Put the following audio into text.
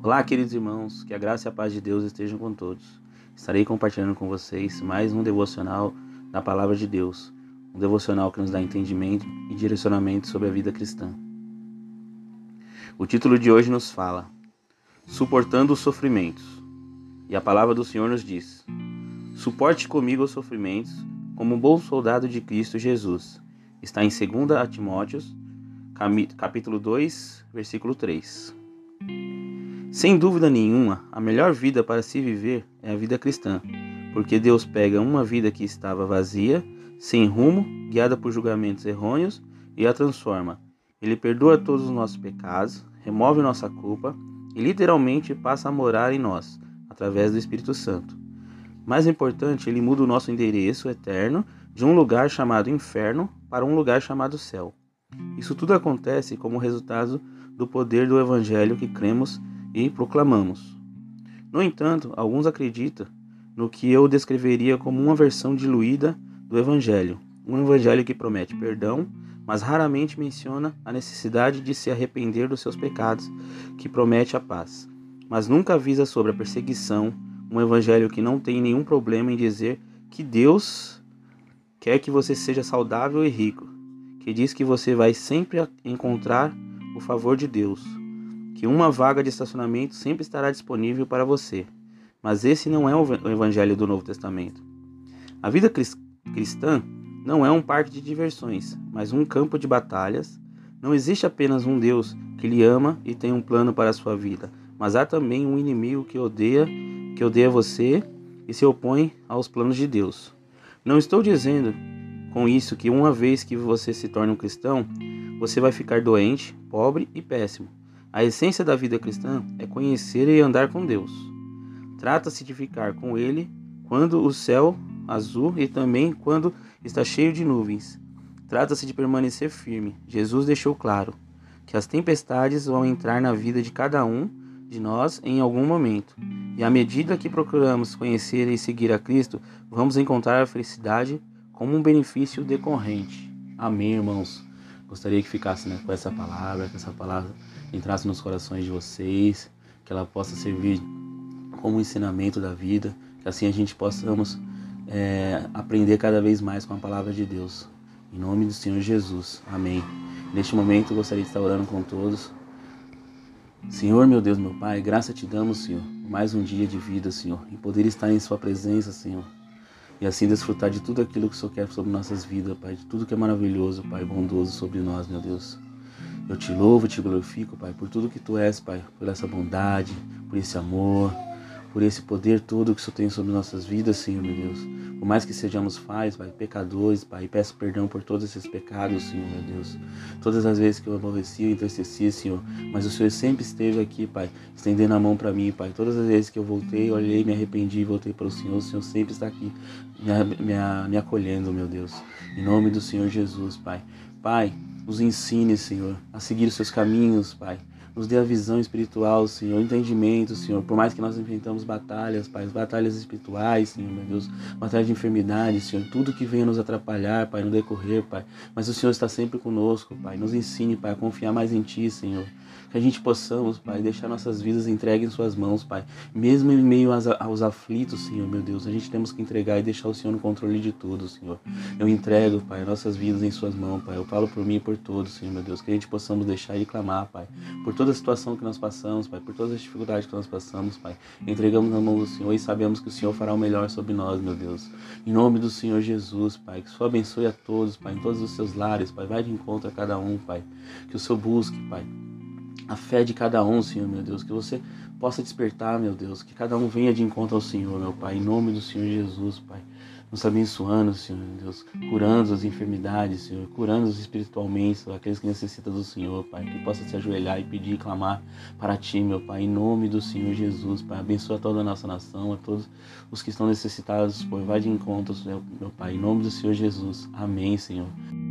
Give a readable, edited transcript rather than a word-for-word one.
Olá, queridos irmãos, que a graça e a paz de Deus estejam com todos. Estarei compartilhando com vocês mais um devocional da Palavra de Deus, um devocional que nos dá entendimento e direcionamento sobre a vida cristã. O título de hoje nos fala: Suportando os sofrimentos. E a palavra do Senhor nos diz: Suporte comigo os sofrimentos, como um bom soldado de Cristo Jesus. Está em 2 Timóteos, capítulo 2, versículo 3. Sem dúvida nenhuma, a melhor vida para se viver é a vida cristã, porque Deus pega uma vida que estava vazia, sem rumo, guiada por julgamentos errôneos, e a transforma. Ele perdoa todos os nossos pecados, remove nossa culpa e literalmente passa a morar em nós, através do Espírito Santo. Mais importante, ele muda o nosso endereço eterno de um lugar chamado inferno para um lugar chamado céu. Isso tudo acontece como resultado do poder do Evangelho que cremos e proclamamos. No entanto, alguns acreditam no que eu descreveria como uma versão diluída do Evangelho. Um Evangelho que promete perdão, mas raramente menciona a necessidade de se arrepender dos seus pecados, que promete a paz. Mas nunca avisa sobre a perseguição, um Evangelho que não tem nenhum problema em dizer que Deus quer que você seja saudável e rico, que diz que você vai sempre encontrar o favor de Deus, que uma vaga de estacionamento sempre estará disponível para você. Mas esse não é o Evangelho do Novo Testamento. A vida cristã não é um parque de diversões, mas um campo de batalhas. Não existe apenas um Deus que lhe ama e tem um plano para a sua vida, mas há também um inimigo que odeia você e se opõe aos planos de Deus. Não estou dizendo com isso que uma vez que você se torna um cristão, você vai ficar doente, pobre e péssimo. A essência da vida cristã é conhecer e andar com Deus. Trata-se de ficar com Ele quando o céu azul e também quando está cheio de nuvens. Trata-se de permanecer firme. Jesus deixou claro que as tempestades vão entrar na vida de cada um de nós em algum momento. E à medida que procuramos conhecer e seguir a Cristo, vamos encontrar a felicidade como um benefício decorrente. Amém, irmãos? Gostaria que ficasse com essa palavra, que essa palavra entrasse nos corações de vocês, que ela possa servir como um ensinamento da vida, que assim a gente possamos aprender cada vez mais com a palavra de Deus. Em nome do Senhor Jesus. Amém. Neste momento eu gostaria de estar orando com todos. Senhor, meu Deus, meu Pai, graça te damos, Senhor, por mais um dia de vida, Senhor, e poder estar em sua presença, Senhor, e assim desfrutar de tudo aquilo que o Senhor quer sobre nossas vidas, Pai, de tudo que é maravilhoso, Pai, bondoso sobre nós, meu Deus. Eu te louvo, te glorifico, Pai, por tudo que Tu és, Pai, por essa bondade, por esse amor, por esse poder todo que o Senhor tem sobre nossas vidas, Senhor, meu Deus. Por mais que sejamos falhos, Pai, pecadores, Pai, peço perdão por todos esses pecados, Senhor, meu Deus. Todas as vezes que eu aborreci, eu entristeci, Senhor, mas o Senhor sempre esteve aqui, Pai, estendendo a mão para mim, Pai. Todas as vezes que eu voltei, olhei, me arrependi e voltei para o Senhor sempre está aqui me acolhendo, meu Deus. Em nome do Senhor Jesus, Pai. Pai, nos ensine, Senhor, a seguir os seus caminhos, Pai. Nos dê a visão espiritual, Senhor, o entendimento, Senhor. Por mais que nós enfrentamos batalhas, Pai, batalhas espirituais, Senhor, meu Deus, batalhas de enfermidades, Senhor, tudo que venha nos atrapalhar, Pai, no decorrer, Pai. Mas o Senhor está sempre conosco, Pai. Nos ensine, Pai, a confiar mais em Ti, Senhor. Que a gente possamos, Pai, deixar nossas vidas entregues em Suas mãos, Pai. Mesmo em meio aos aflitos, Senhor, meu Deus, a gente temos que entregar e deixar o Senhor no controle de tudo, Senhor. Eu entrego, Pai, nossas vidas em Suas mãos, Pai. Eu falo por mim e por todos, Senhor, meu Deus, que a gente possamos deixar e clamar, Pai, por toda a situação que nós passamos, Pai, por todas as dificuldades que nós passamos, Pai. Entregamos na mão do Senhor e sabemos que o Senhor fará o melhor sobre nós, meu Deus. Em nome do Senhor Jesus, Pai, que o Senhor abençoe a todos, Pai, em todos os seus lares, Pai. Vai de encontro a cada um, Pai. Que o Senhor busque, Pai, a fé de cada um, Senhor, meu Deus, que você possa despertar, meu Deus, que cada um venha de encontro ao Senhor, meu Pai, em nome do Senhor Jesus, Pai, nos abençoando, Senhor, meu Deus, curando as enfermidades, Senhor, curando-os espiritualmente, aqueles que necessitam do Senhor, Pai, que possa se ajoelhar e pedir e clamar para Ti, meu Pai, em nome do Senhor Jesus, Pai, abençoa toda a nossa nação, a todos os que estão necessitados, Pai, vai de encontro, meu Pai, em nome do Senhor Jesus, amém, Senhor.